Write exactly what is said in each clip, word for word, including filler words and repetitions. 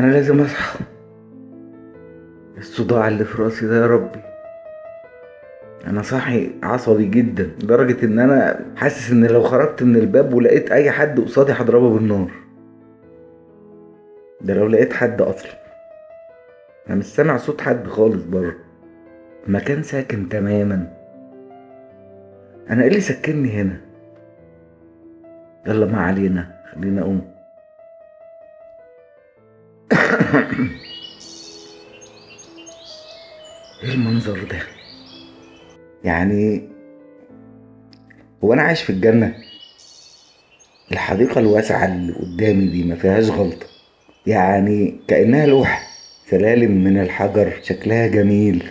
انا لازم اصحى. الصداع اللي في راسي ده يا ربي. انا صاحي عصبي جدا لدرجة ان انا حاسس ان لو خرجت من الباب ولقيت اي حد قصادي هضربه بالنار. ده لو لقيت حد اصلا. انا مش سامع صوت حد خالص بره. المكان ساكن تماما. انا ايه اللي سكنني هنا؟ يلا ما علينا، خلينا اقوم. ايه المنظر ده؟ يعني هو انا عايش في الجنة؟ الحديقة الواسعة اللي قدامي دي ما فيهاش غلطة. يعني كأنها لوحة. سلالم من الحجر شكلها جميل.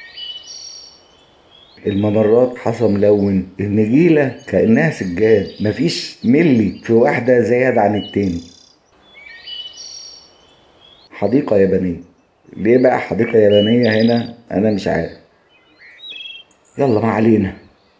الممرات حصى ملون، النجيلة كأنها سجاد، مفيش ملي في واحدة زيادة عن التاني. حديقة يابانية. ليه بقى حديقة يابانية هنا؟ أنا مش عارف. يلا ما علينا.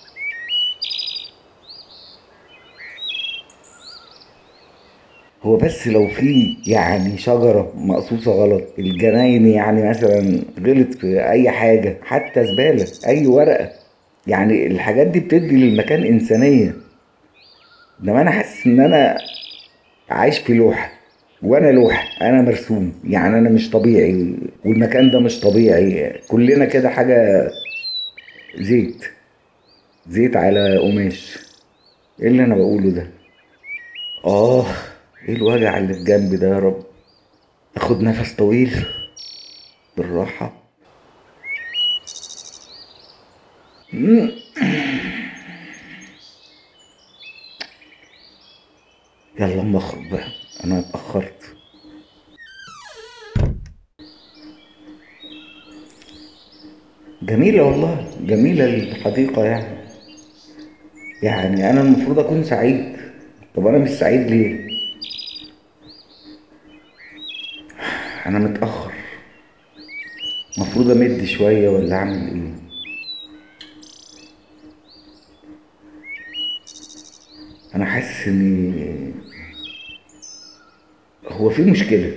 هو بس لو في يعني شجرة مقصوصة غلط، الجناين يعني مثلا غلط في أي حاجة، حتى زبالة، أي ورقة، يعني الحاجات دي بتدي للمكان إنسانية. إنما أنا حاسس إن أنا عايش في لوحة، وانا لوحة، انا مرسوم، يعني انا مش طبيعي. والمكان ده مش طبيعي، كلنا كده حاجة. زيت. زيت على قماش. ايه اللي انا بقوله ده؟ اه. ايه الوجع اللي في جنبي ده يا رب؟ اخد نفس طويل. بالراحة. مم. يلا اما اخرج بقى. انا اتأخرت. جميلة والله، جميلة الحديقة يعني. يعني انا المفروض اكون سعيد. طب انا مش سعيد ليه؟ انا متأخر. المفروض امد شوية ولا اعمل ايه؟ انا حاسس ان هو في مشكلة.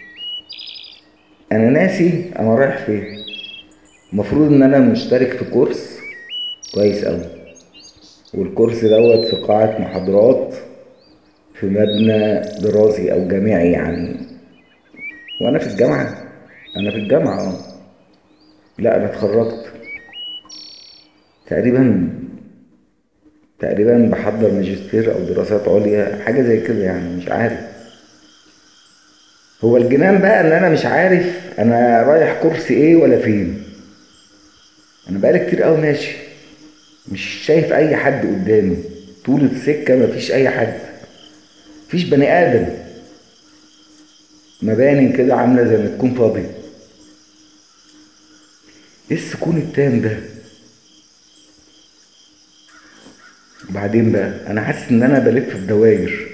انا ناسي انا رايح فين. المفروض ان انا مشترك في كورس كويس قوي. والكورس دوت في قاعة محاضرات، في مبنى دراسي او جامعي يعني. وانا في الجامعة. انا في الجامعة اه. لا انا اتخرجت. تقريبا. تقريبا بحضر ماجستير او دراسات عليا، حاجة زي كده يعني، مش عارف. هو الجنان بقى ان انا مش عارف انا رايح كورس ايه ولا فين. انا بقالي كتير قوي ماشي. مش شايف اي حد قدامي. طول السكة مفيش اي حد. مفيش بني ادم. مباني كده عاملة زي ما تكون فاضية. ايه السكون التام ده؟ وبعدين بقى انا حاسس ان انا بلف في دواير.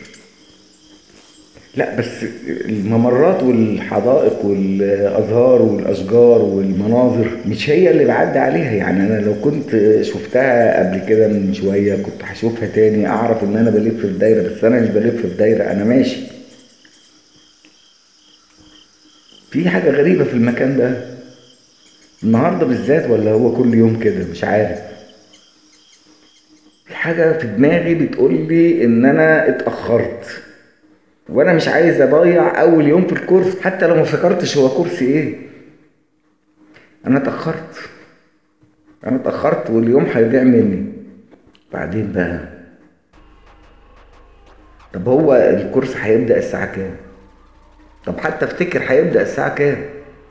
لا بس الممرات والحدائق والازهار والاشجار والمناظر مش هي اللي بعدي عليها. يعني انا لو كنت شفتها قبل كده من شوية كنت هشوفها تاني، اعرف ان انا بلف في دايرة. بس انا مش بلف في دايرة، انا ماشي. في حاجة غريبة في المكان ده النهاردة بالذات، ولا هو كل يوم كده؟ مش عارف. في حاجة في دماغي بتقول لي ان انا اتأخرت. وانا مش عايز اضيع اول يوم في الكورس حتى لو ما فكرتش هو كورس ايه. انا اتأخرت. انا اتأخرت واليوم هيضيع مني. بعدين بقى. طب هو الكورس هيبدأ الساعة كام؟ طب حتى افتكر هيبدأ الساعة كام؟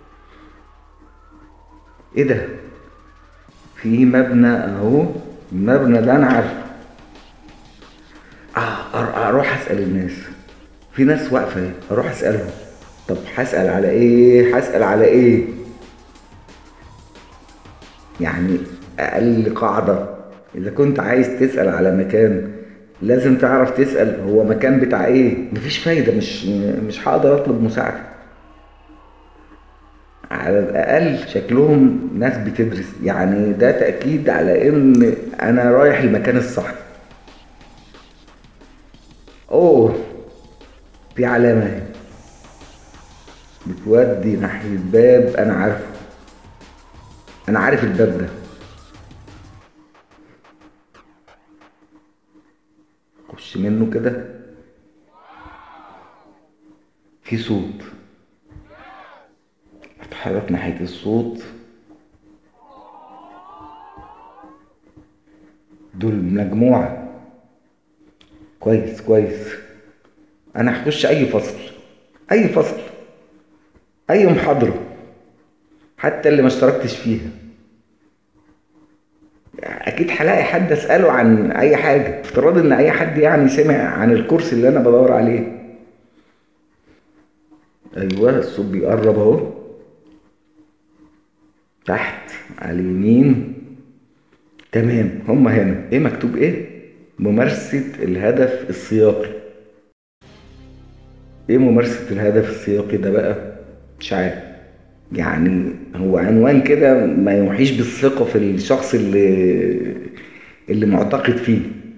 ايه ده؟ في مبنى اهو. المبنى ده انا عارفه. اه أر- اروح اسأل الناس. في ناس واقفة اهي، اروح اسألهم. طب هسأل على ايه؟ هسأل على ايه؟ يعني اقل قاعدة. اذا كنت عايز تسأل على مكان لازم تعرف تسأل هو مكان بتاع ايه. مفيش فايدة، مش مش هقدر اطلب مساعدة. على الاقل شكلهم ناس بتدرس، يعني ده تأكيد على ان انا رايح المكان الصح. اوه. في علامة اهي. بتودي ناحية باب انا عارفه، انا عارف الباب ده. خش منه كده، في صوت، اتحرك ناحية الصوت. دول مجموعة. كويس كويس. انا هخش اي فصل، اي فصل، اي محاضرة، حتى اللي ما اشتركتش فيها. اكيد هلاقي حد اساله عن اي حاجه، افتراض ان اي حد يعني سمع عن الكورس اللي انا بدور عليه. ايوه الصوت بيقرب اهو. تحت على اليمين. تمام، هما هنا. ايه مكتوب ايه؟ ممارسه الهدف السياقي. ايه ممارسه الهدف السياقي ده بقى؟ مش عارف. يعني هو عنوان كده ما يوحيش بالثقه في الشخص اللي اللي معتقد فيه.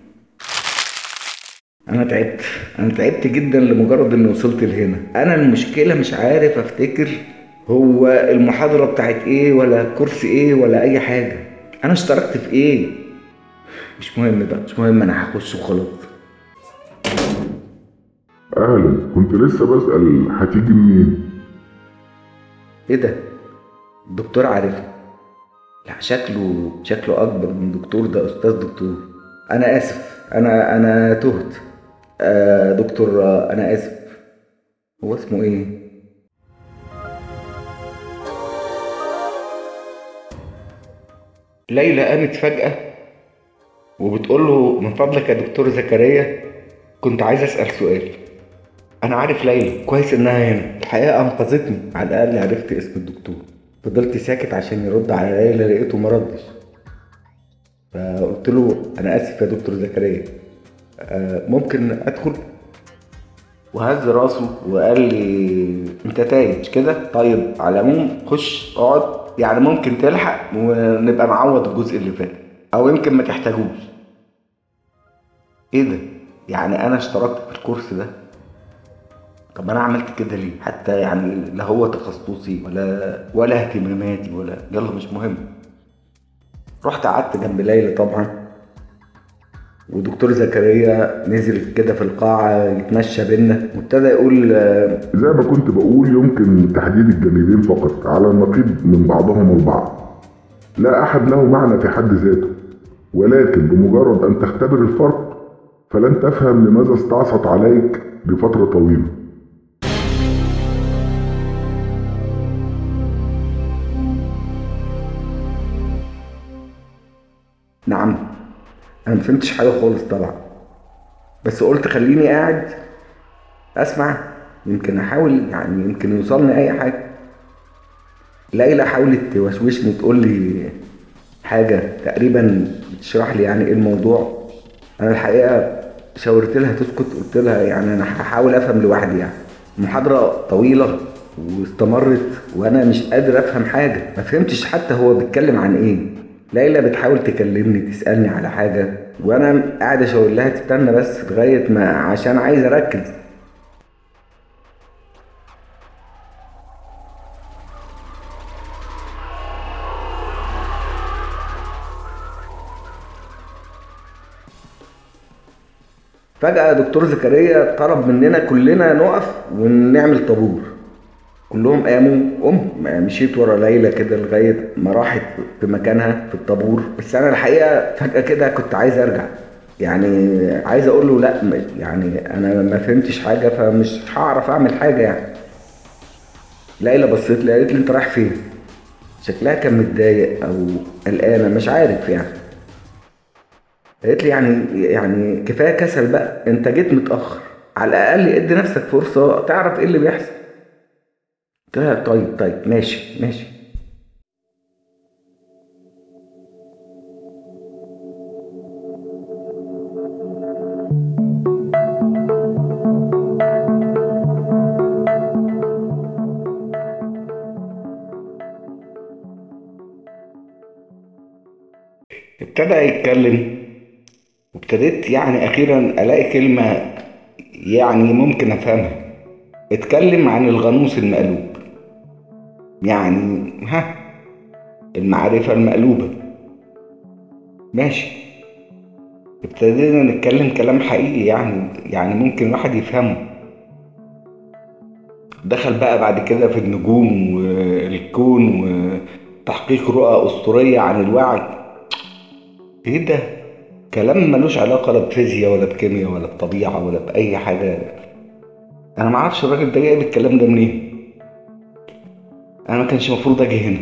انا تعبت، انا تعبت جدا لمجرد اني وصلت لهنا. انا المشكله مش عارف افتكر هو المحاضره بتاعت ايه ولا كورس ايه ولا اي حاجه. انا اشتركت في ايه؟ مش مهم بقى، مش مهم، انا هخش وخلاص. أهلا، كنت لسه بسأل هتيجي منين؟ ايه ده؟ الدكتور عارفه. لا، شكله شكله اكبر من دكتور، ده استاذ دكتور. انا اسف، انا انا تهت. آه دكتور، آه انا اسف. هو اسمه ايه؟ ليلى قامت فجأة وبتقول له من فضلك يا دكتور زكريا، كنت عايز أسأل سؤال. أنا عارف ليلى كويس إنها هنا، الحقيقة أنقذتني، على الأقل عرفت اسم الدكتور. فضلت ساكت عشان يرد على ليلى، لقيته مردش. فقلت له أنا آسف يا دكتور زكريا، آه، ممكن أدخل؟ وهز راسه وقال لي أنت تايه مش كده؟ طيب على العموم خش اقعد، يعني ممكن تلحق ونبقى نعوض الجزء اللي فات، أو يمكن ما تحتاجوش. إيه ده؟ يعني أنا اشتركت في الكورس ده؟ طب انا عملت كده ليه؟ حتى يعني لا هو تخصصي ولا ولا اهتماماتي ولا، يلا مش مهم. رحت قعدت جنب ليلى طبعا، ودكتور زكريا نزل كده في القاعة يتمشى بينا وابتدى يقول آه، زي ما كنت بقول يمكن تحديد الجانبين فقط على النقيض من بعضهم البعض. لا أحد له معنى في حد ذاته، ولكن بمجرد أن تختبر الفرق فلن تفهم لماذا استعصت عليك لفترة طويلة. نعم. انا مفهمتش حاجة خالص طبعا، بس قلت خليني قاعد اسمع، يمكن احاول، يعني يمكن يوصلني اي حاجة. ليلى حاولت توشوشني تقول لي حاجة تقريبا بتشرح لي يعني ايه الموضوع. انا الحقيقة شاورت لها تسكت، قلت لها يعني انا هحاول افهم لوحدي. يعني المحاضرة طويلة واستمرت وانا مش قادر افهم حاجة، ما فهمتش حتى هو بيتكلم عن ايه. ليلى بتحاول تكلمني تسألني على حاجة، وانا قاعد اشاور لها تستنى بس لغاية ما، عشان عايز اركز. فجأة دكتور زكريا طلب مننا كلنا نقف ونعمل طابور. كلهم قاموا، قمت مشيت ورا ليلى كده لغاية ما راحت في مكانها في الطابور. بس أنا الحقيقة فجأة كده كنت عايز أرجع، يعني عايز أقول له لأ، م- يعني أنا ما فهمتش حاجة فمش هعرف أعمل حاجة يعني. ليلى بصيت لي قالت لي أنت رايح فين؟ شكلها كان متضايق أو قلقانة، مش عارف يعني. قالت لي يعني يعني كفاية كسل بقى، أنت جيت متأخر، على الأقل ادي نفسك فرصة تعرف إيه اللي بيحصل. قلت لها طيب طيب ماشي ماشي. ابتدى يتكلم، وابتديت يعني اخيرا الاقي كلمة يعني ممكن افهمها. اتكلم عن الغنوص المقلوب، يعني ها المعرفة المقلوبة. ماشي، ابتدينا نتكلم كلام حقيقي، يعني يعني ممكن الواحد يفهمه. دخل بقى بعد كده في النجوم والكون وتحقيق رؤى أسطورية عن الوعي. ايه ده؟ كلام ملوش علاقة لا بفيزياء ولا بكيمياء ولا بطبيعة ولا بأي حاجة. أنا معرفش الراجل ده جايب الكلام ده منين. أنا ما كانش المفروض أجي هنا.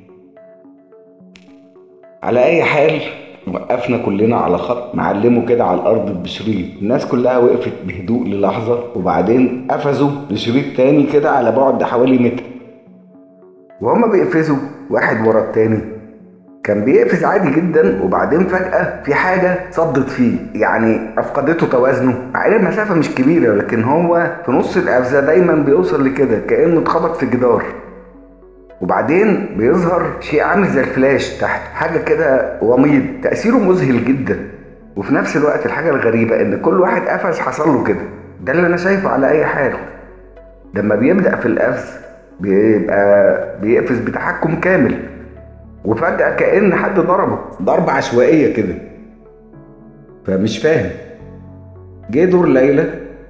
على أي حال، وقفنا كلنا على خط معلمه كده على الأرض بشريط. الناس كلها وقفت بهدوء للحظة، وبعدين قفزوا لشريط تاني كده على بعد حوالي متر. وهما بيقفزوا واحد ورا التاني، كان بيقفز عادي جدا، وبعدين فجأة في حاجة صدت فيه، يعني أفقدته توازنه. مع إن المسافة مش كبيرة، لكن هو في نص القفزة دايما بيوصل لكده كأنه اتخبط في جدار. وبعدين بيظهر شيء عامل زي الفلاش تحت، حاجة كده وميض، تأثيره مذهل جدا. وفي نفس الوقت الحاجة الغريبة إن كل واحد قفز حصل له كده. ده اللي أنا شايفه على أي حال. لما بيبدأ في القفز بيبقى بيقفز بتحكم كامل، وفجأة كأن حد ضربه ضربة عشوائية كده. فمش فاهم. جه دور ليلى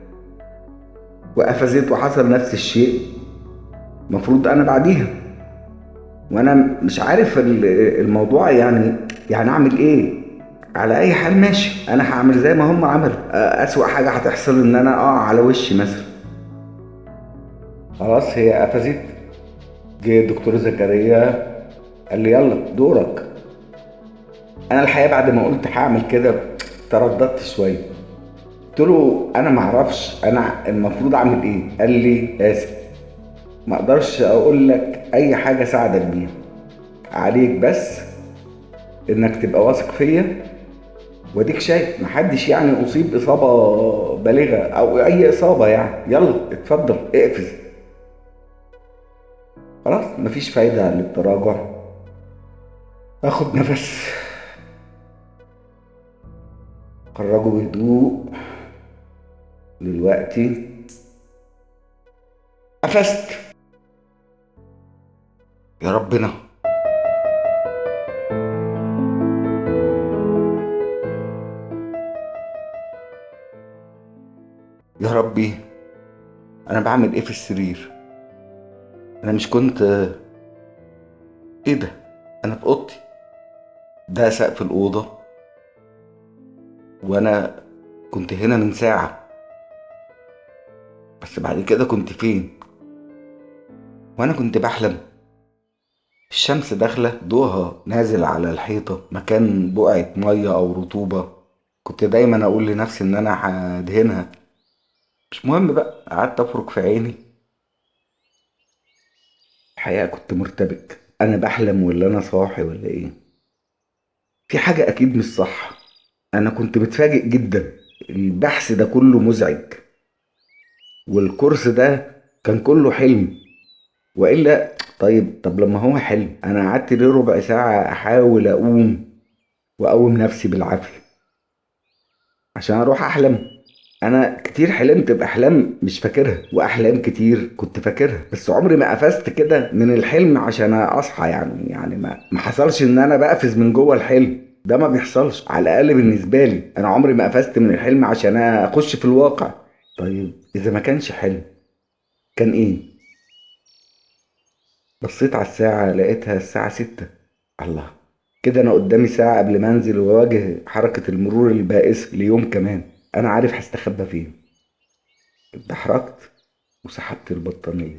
وقفزت وحصل نفس الشيء، المفروض أنا بعديها، وأنا مش عارف الموضوع يعني يعني أعمل إيه. على أي حال ماشي، أنا هعمل زي ما هم عملوا. أسوأ حاجة هتحصل إن أنا أقع على وشي مثلا. خلاص هي قفزت. جه الدكتور زكريا قال لي يلا دورك. انا الحقيقه بعد ما قلت هعمل كده ترددت شويه. قلت له انا ما اعرفش انا المفروض اعمل ايه. قال لي اسف، ما اقدرش اقول لك اي حاجه ساعدك بيها، عليك بس انك تبقى واثق فيا. واديك شايف محدش يعني اصيب اصابه بالغه او اي اصابه يعني. يلا اتفضل اقفز. خلاص مفيش فايده للتراجع. اخد نفس، خرجه بهدوء. دلوقتي قفزت. يا ربنا، يا ربي، انا بعمل ايه في السرير؟ انا مش كنت ايه ده؟ انا في اوضتي، ده سقف الاوضه، وانا كنت هنا من ساعه. بس بعد كده كنت فين؟ وانا كنت بحلم. الشمس داخله، ضوءها نازل على الحيطه مكان بقعه ميه او رطوبه. كنت دايما اقول لنفسي ان انا هدهنها. مش مهم بقى، قعدت افرك في عيني. الحقيقه كنت مرتبك، انا بحلم ولا انا صاحي ولا ايه؟ في حاجه اكيد مش صح. انا كنت متفاجئ جدا. البحث ده كله مزعج، والكورس ده كان كله حلم. والا طيب، طب لما هو حلم انا قعدت ليه ربع ساعه احاول اقوم واقوم نفسي بالعافيه عشان اروح احلم؟ انا كتير حلمت باحلام مش فاكرها، واحلام كتير كنت فاكرها، بس عمري ما قفزت كده من الحلم عشان اصحى. يعني يعني ما ما حصلش ان انا بقفز من جوه الحلم. ده ما بيحصلش على الاقل بالنسبه لي. انا عمري ما قفزت من الحلم عشان اخش في الواقع. طيب اذا ما كانش حلم كان ايه؟ بصيت على الساعه لقيتها الساعه ستة. الله، كده انا قدامي ساعه قبل ما انزل واواجه حركه المرور البائس ليوم كمان. انا عارف هستخبى فين. اتدحرجت وسحبت البطانية.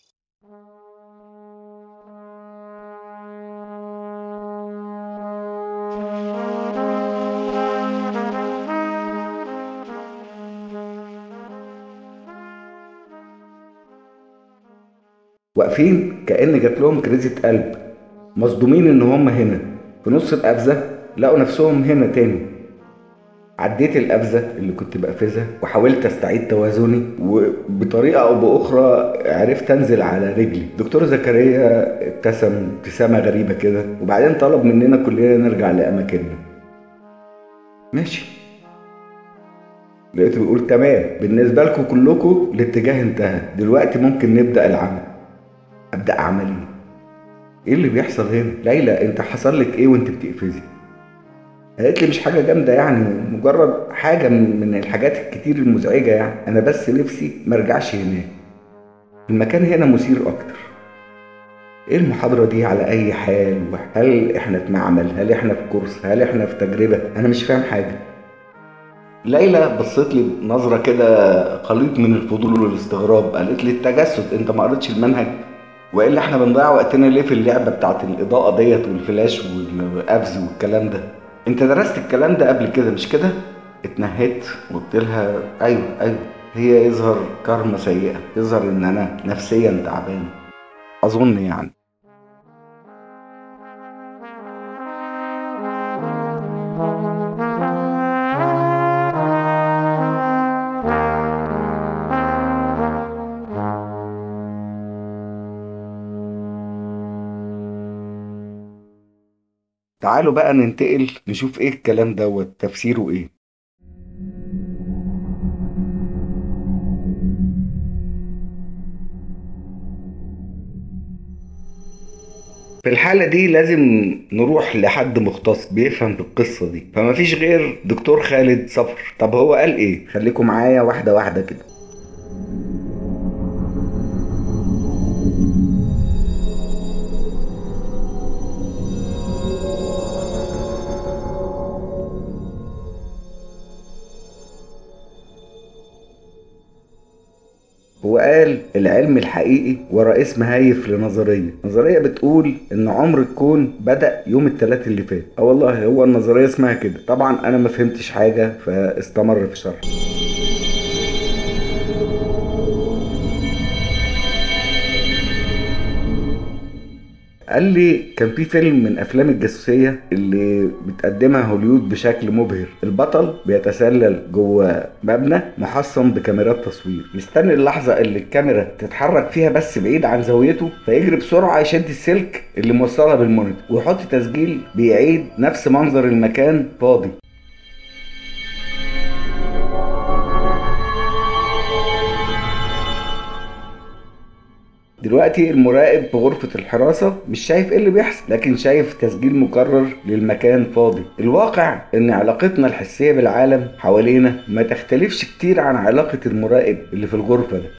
واقفين كأن جات لهم كريزة قلب، مصدومين ان هم هنا. في نص القفزة لقوا نفسهم هنا تاني. عديت القفزة اللي كنت بقفزها وحاولت استعيد توازني، وبطريقة او باخرى عرفت انزل على رجلي. دكتور زكريا ابتسم ابتسامة غريبة كده، وبعدين طلب مننا كلنا نرجع لأماكننا. ماشي. لقيته بيقول تمام، بالنسبة لكم كلكم الاتجاه انتهى، دلوقتي ممكن نبدأ العمل. أبدأ أعمل إيه؟ إيه اللي بيحصل هنا؟ ليلى أنت حصل لك إيه وأنت بتقفزي؟ قالت لي مش حاجة جامدة يعني، مجرد حاجة من من الحاجات الكتير المزعجة يعني، أنا بس نفسي مرجعش هناك، المكان هنا مثير أكتر. إيه المحاضرة دي على أي حال؟ هل إحنا في معمل؟ هل إحنا في كورس؟ هل إحنا في تجربة؟ أنا مش فاهم حاجة. ليلى بصت لي نظرة كده خليط من الفضول والاستغراب، قالت لي التجسد، انت ما قريتش المنهج؟ والا احنا بنضيع وقتنا ليه في اللعبة بتاعت الإضاءة ديت والفلاش والقفز والكلام ده؟ انت درست الكلام ده قبل كده مش كده؟ اتنهيت وقلت لها ايوه ايوه، هي يظهر كارما سيئة، يظهر ان انا نفسيا تعبان اظن يعني. تعالوا بقى ننتقل نشوف ايه الكلام دوت تفسيره ايه. في الحالة دي لازم نروح لحد مختص بيفهم في القصة دي، فما فيش غير دكتور خالد صفر. طب هو قال ايه؟ خليكم معايا واحدة واحدة كده. هو قال العلم الحقيقي ورا اسم هايف لنظرية، نظرية بتقول ان عمر الكون بدأ يوم الثلاث اللي فات. اه والله هو النظرية اسمها كده. طبعا انا ما فهمتش حاجة فاستمر في شرح. قال لي كان في فيلم من افلام الجاسوسيه اللي بتقدمها هوليود بشكل مبهر، البطل بيتسلل جوه مبنى محصن بكاميرات تصوير، مستني اللحظه اللي الكاميرا تتحرك فيها بس بعيد عن زاويته، فيجري بسرعه يشد السلك اللي موصلها بالمونيتور ويحط تسجيل بيعيد نفس منظر المكان فاضي. دلوقتي المراقب في غرفة الحراسة مش شايف ايه اللي بيحصل، لكن شايف تسجيل مكرر للمكان فاضي. الواقع ان علاقتنا الحسية بالعالم حوالينا ما تختلفش كتير عن علاقة المراقب اللي في الغرفة ده.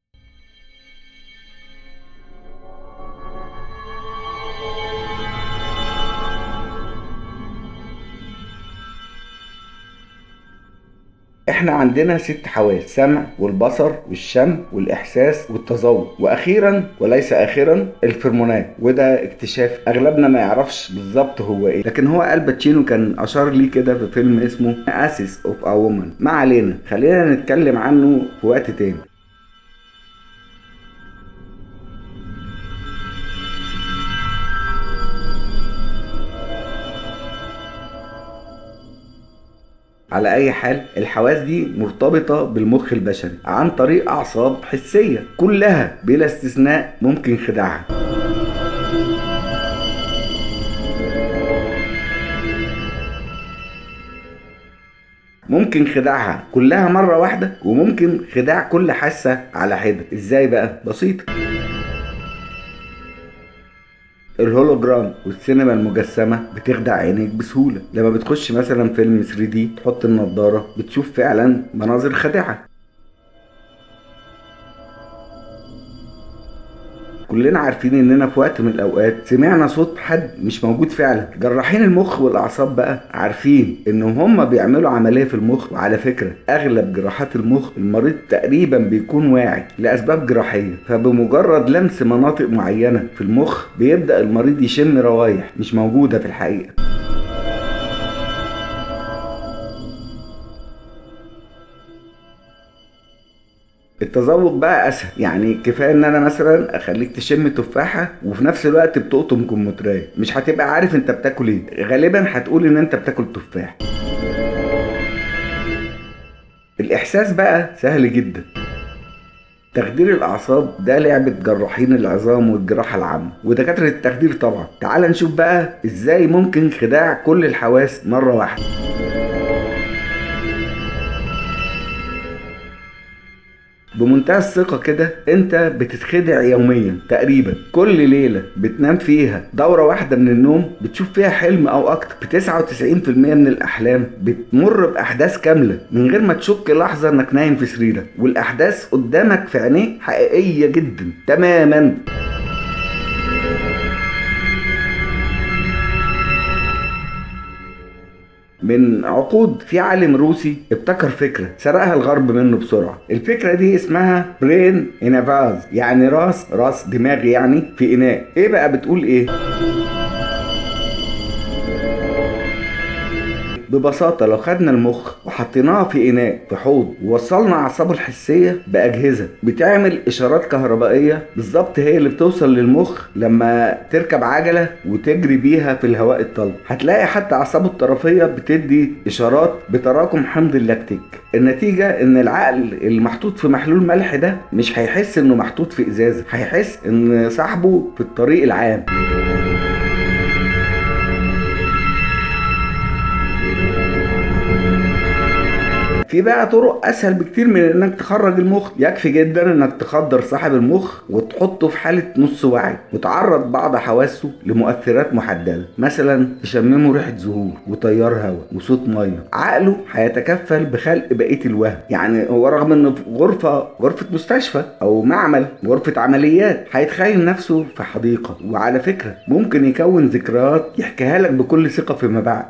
احنا عندنا ست حواس، سمع والبصر والشم والاحساس والتذوق، واخيرا وليس اخرا الفرمونات، وده اكتشاف اغلبنا ما يعرفش بالظبط هو ايه، لكن هو الباتشينو كان اشار ليه كده في فيلم اسمه اسيس اوف ا وومن. ما علينا، خلينا نتكلم عنه في وقت تاني. على اي حال الحواس دي مرتبطة بالمخ البشري عن طريق اعصاب حسية، كلها بلا استثناء ممكن خداعها. ممكن خداعها كلها مرة واحدة، وممكن خداع كل حاسة على حدة. ازاي بقى؟ بسيطة. الهولوجرام والسينما المجسمة بتخدع عينيك بسهولة. لما بتخش مثلا فيلم ثري دي تحط النضارة بتشوف فعلا مناظر خادعة. كلنا عارفين اننا في وقت من الاوقات سمعنا صوت حد مش موجود فعلا. جراحين المخ والاعصاب بقى عارفين ان هم بيعملوا عملية في المخ، وعلى فكرة اغلب جراحات المخ المريض تقريبا بيكون واعي لاسباب جراحية، فبمجرد لمس مناطق معينة في المخ بيبدأ المريض يشم روايح مش موجودة في الحقيقة. التذوق بقى اسهل، يعني كفايه ان انا مثلا اخليك تشم تفاحه وفي نفس الوقت بتقطم كمثرى، مش هتبقى عارف انت بتاكل ايه، غالبا هتقول ان انت بتاكل تفاح. الاحساس بقى سهل جدا. تخدير الاعصاب ده لعبه جراحين العظام والجراحه العامه ودكاتره التخدير طبعا. تعال نشوف بقى ازاي ممكن خداع كل الحواس مره واحده. بمنتهى الثقة كده انت بتتخدع يوميا تقريبا. كل ليلة بتنام فيها دورة واحدة من النوم بتشوف فيها حلم او اكتر. في تسعة وتسعين في المية من الاحلام بتمر باحداث كاملة من غير ما تشك لحظة انك نايم في سريرك، والاحداث قدامك في عينيك حقيقية جدا تماما. من عقود في عالم روسي ابتكر فكرة سرقها الغرب منه بسرعة. الفكرة دي اسمها برين انافاز، يعني راس راس دماغ يعني في اناء. ايه بقى بتقول ايه؟ ببساطة لو خدنا المخ وحطيناها في إناء في حوض ووصلنا أعصابه الحسية بأجهزة بتعمل إشارات كهربائية بالظبط هي اللي بتوصل للمخ لما تركب عجلة وتجري بيها في الهواء الطلق، هتلاقي حتى أعصابه الطرفية بتدي إشارات بتراكم حمض اللاكتيك. النتيجة إن العقل المحطوط في محلول ملح ده مش هيحس إنه محطوط في إزازة، هيحس إن صاحبه في الطريق العام. في بقى طرق اسهل بكتير من انك تخرج المخ. يكفي جدا انك تخدر صاحب المخ وتحطه في حالة نص وعي وتعرض بعض حواسه لمؤثرات محددة، مثلا تشممه ريحة زهور وتيار هواء وصوت مية. عقله هيتكفل بخلق بقية الوهم. يعني هو رغم انه في غرفة غرفة مستشفى او معمل غرفة عمليات هيتخيل نفسه في حديقة، وعلى فكرة ممكن يكون ذكريات يحكيها لك بكل ثقة فيما بعد.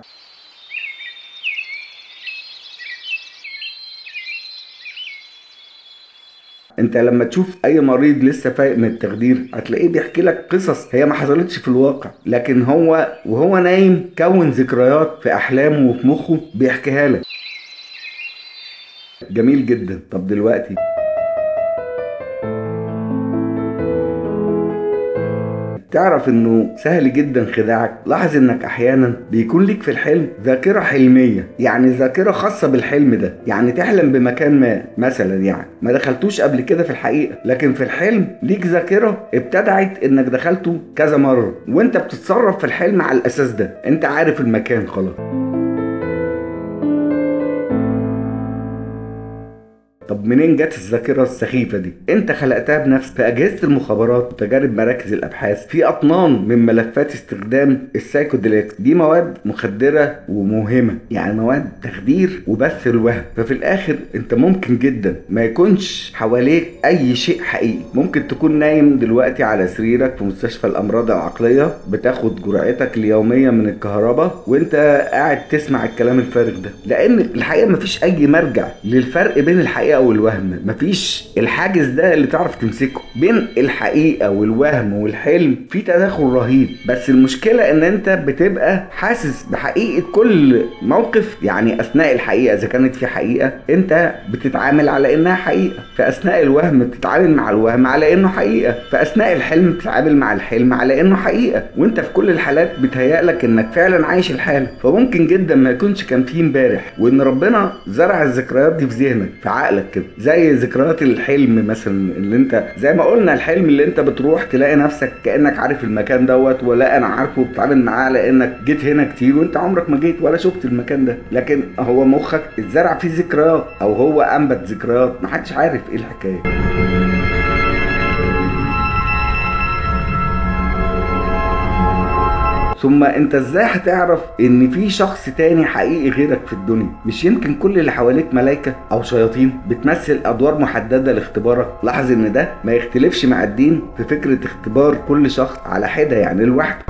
انت لما تشوف اي مريض لسه فايق من التخدير هتلاقيه بيحكي لك قصص هي ما حصلتش في الواقع، لكن هو وهو نايم كون ذكريات في احلامه وفي مخه بيحكيها لك. جميل جدا. طب دلوقتي تعرف انه سهل جدا خداعك؟ لاحظ انك احيانا بيكون ليك في الحلم ذاكرة حلمية، يعني ذاكرة خاصة بالحلم ده. يعني تحلم بمكان ما مثلا يعني ما دخلتوش قبل كده في الحقيقة، لكن في الحلم ليك ذاكرة ابتدعت انك دخلته كذا مرة، وانت بتتصرف في الحلم على الاساس ده. انت عارف المكان خلاص. طب منين جت الذاكرة السخيفة دي؟ انت خلقتها بنفسك. في اجهزة المخابرات وتجارب مراكز الابحاث في اطنان من ملفات استخدام السايكوديليكس. دي مواد مخدرة وموهمة، يعني مواد تخدير وبث الوهم. ففي الاخر انت ممكن جدا ما يكونش حواليك اي شيء حقيقي. ممكن تكون نايم دلوقتي على سريرك في مستشفى الامراض العقلية بتاخد جرعتك اليومية من الكهرباء وانت قاعد تسمع الكلام الفارغ ده، لان الحقيقة مفيش اي مرجع للفرق بين الحقيقة والوهم. مفيش الحاجز ده اللي تعرف تمسكه بين الحقيقة والوهم والحلم. في تداخل رهيب، بس المشكلة ان انت بتبقى حاسس بحقيقة كل موقف. يعني اثناء الحقيقة اذا كانت في حقيقة انت بتتعامل على انها حقيقة، في اثناء الوهم بتتعامل مع الوهم على انه حقيقة، في اثناء الحلم بتتعامل مع الحلم على انه حقيقة، وانت في كل الحالات بتهيألك انك فعلا عايش الحالة. فممكن جدا ما يكونش كان فيه امبارح، وان ربنا زرع الذكريات دي في ذهنك في عقلك كده، زي ذكريات الحلم مثلا اللي انت زي ما قلنا الحلم اللي انت بتروح تلاقي نفسك كأنك عارف المكان دوت، ولا انا عارفه وبتتعامل معاه لانك جيت هنا كتير وانت عمرك ما جيت ولا شفت المكان ده، لكن هو مخك اتزرع فيه ذكريات او هو انبت ذكريات، محدش عارف ايه الحكاية. ثم انت ازاي هتعرف ان في شخص تاني حقيقي غيرك في الدنيا؟ مش يمكن كل اللي حواليك ملايكة او شياطين بتمثل ادوار محددة لاختبارك؟ لاحظ ان ده ما يختلفش مع الدين في فكرة اختبار كل شخص على حدة، يعني لوحده.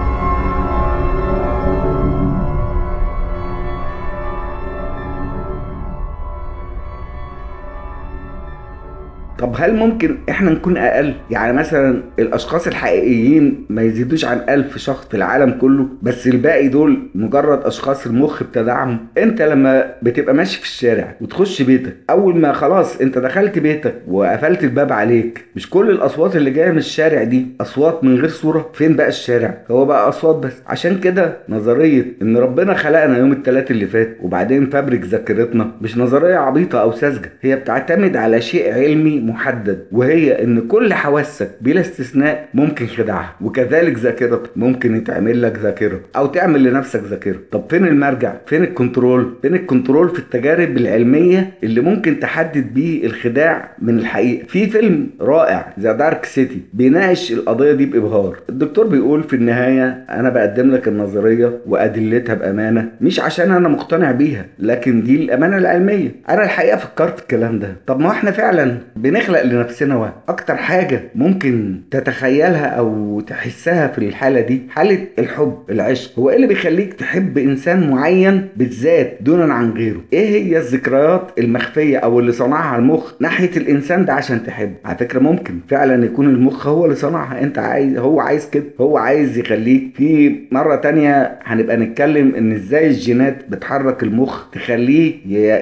طب هل ممكن احنا نكون اقل؟ يعني مثلا الاشخاص الحقيقيين ما يزيدوش عن ألف شخص في العالم كله، بس الباقي دول مجرد اشخاص المخ ابتدعهم. انت لما بتبقى ماشي في الشارع وتخش بيتك، اول ما خلاص انت دخلت بيتك وقفلت الباب عليك، مش كل الاصوات اللي جايه من الشارع دي اصوات من غير صوره؟ فين بقى الشارع؟ هو بقى اصوات بس. عشان كده نظريه ان ربنا خلقنا يوم الثلاث اللي فات وبعدين فبرك ذاكرتنا مش نظريه عبيطه او ساذجه، هي بتعتمد على شيء علمي محدد، وهي ان كل حواسك بلا استثناء ممكن خداعها، وكذلك ذاكرتك ممكن يتعمل لك ذاكرة او تعمل لنفسك ذاكرة. طب فين المرجع؟ فين الكنترول؟ فين الكنترول في التجارب العلمية اللي ممكن تحدد بيه الخداع من الحقيقة؟ في فيلم رائع ذا دارك سيتي بيناقش القضية دي بإبهار. الدكتور بيقول في النهاية انا بقدم لك النظرية وادلتها بامانة، مش عشان انا مقتنع بيها، لكن دي الامانة العلمية. انا الحقيقة فكرت في الكلام ده، طب ما احنا فعلا بنخلق لنفسنا وهم. اكتر حاجة ممكن تتخيلها او تحسها في الحالة دي حالة الحب، العشق. هو ايه اللي بيخليك تحب انسان معين بالذات دونا عن غيره؟ ايه هي الذكريات المخفية او اللي صنعها المخ ناحية الانسان ده عشان تحب؟ على فكرة ممكن فعلا يكون المخ هو اللي صنعها، انت عايز، هو عايز كده، هو عايز يخليك. في مرة تانية هنبقى نتكلم ان ازاي الجينات بتحرك المخ تخليه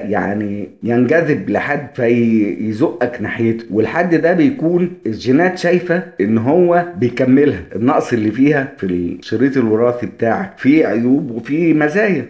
يعني ينجذب لحد فيزقك ناحيته، والحد ده بيكون الجينات شايفة ان هو بيكملها، النقص اللي فيها في الشريط الوراثي بتاعك في عيوب وفي مزايا،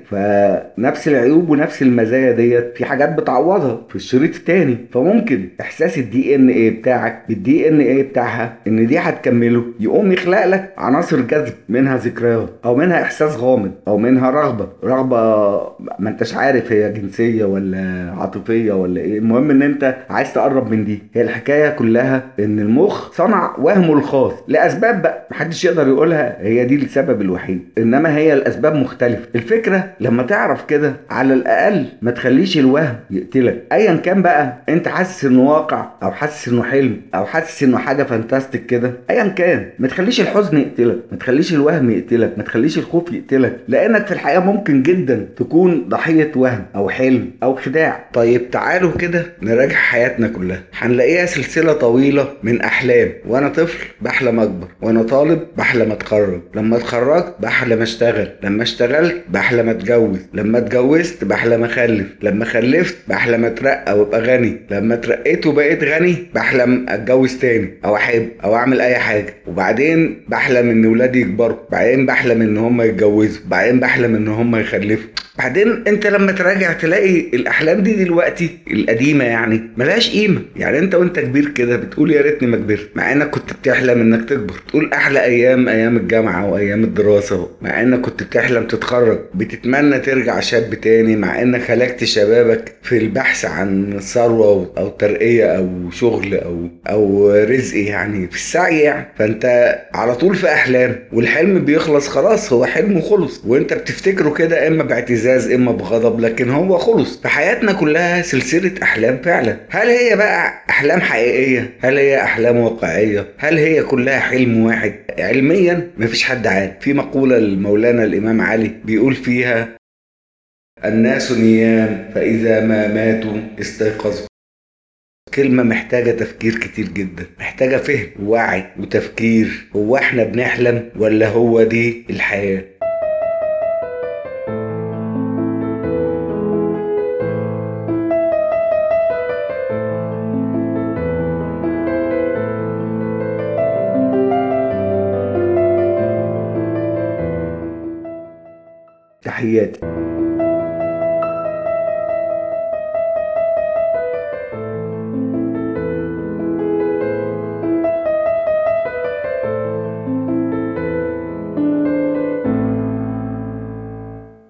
فنفس العيوب ونفس المزايا ديت في حاجات بتعوضها في الشريط التاني. فممكن احساس الدي ان ايه بتاعك بالدي ان ايه بتاعها ان دي هتكمله، يقوم يخلق لك عناصر جذب، منها ذكريات او منها احساس غامض او منها رغبة رغبة ما انتش عارف هي جنسية ولا عاطفية ولا ايه، المهم ان انت عايز تقرب من دي. هي الحكاية كلها ان المخ صنع وهمه الخاص لاسباب بقى محدش يقدر يقولها هي دي السبب الوحيد، انما هي الاسباب مختلفة. الفكرة لما تعرف كده على الاقل ما تخليش الوهم يقتلك، ايا كان بقى انت حاسس انه واقع او حاسس انه حلم او حاسس انه حاجة فانتاستيك كده، ايا كان ما تخليش الحزن يقتلك، ما تخليش الوهم يقتلك، ما تخليش الخوف يقتلك، لانك في الحقيقة ممكن جدا تكون ضحية وهم او حلم او خداع. طيب تعالوا كده نراجع حياتنا كلها، هنلاقيها سلسلة طويلة من احلام. وانا طفل بحلم اكبر، وانا طالب بحلم اتخرج، لما اتخرجت بحلم اشتغل، لما اشتغلت بحلم اتجوز، لما اتجوزت بحلم اخلف، لما خلفت بحلم اترقى وابقى غني، لما اترقيت وبقيت غني بحلم اتجوز تاني او احب او اعمل اي حاجة، وبعدين بحلم ان ولادي يكبروا، بعدين بحلم ان هم يتجوزوا، بعدين بحلم ان هم يخلفوا. بعدين انت لما تراجع تلاقي الاحلام دي دلوقتي القديمه يعني ملهاش قيمه. يعني انت وانت كبير كده بتقول يا ريتني ما كبرت، مع انك كنت بتحلم انك تكبر، تقول احلى ايام ايام الجامعه وايام الدراسه، مع انك كنت بتحلم تتخرج، بتتمنى ترجع شاب تاني، مع انك هلكت شبابك في البحث عن ثروه او ترقيه او شغل او او رزق، يعني في السعي يعني. فانت على طول في احلام، والحلم بيخلص خلاص، هو حلم خلص وانت بتفتكره كده اما باعتزاز اما بغضب، لكن هو خلص. في حياتنا كلها سلسلة احلام فعلا. هل هي بقى احلام حقيقية؟ هل هي احلام واقعية؟ هل هي كلها حلم واحد؟ علميا مفيش حد عارف. في مقولة لمولانا الامام علي بيقول فيها الناس نيام فاذا ما ماتوا استيقظوا. كلمة محتاجة تفكير كتير جدا، محتاجة فهم ووعي وتفكير. هو احنا بنحلم ولا هو دي الحياة؟ تحياتي.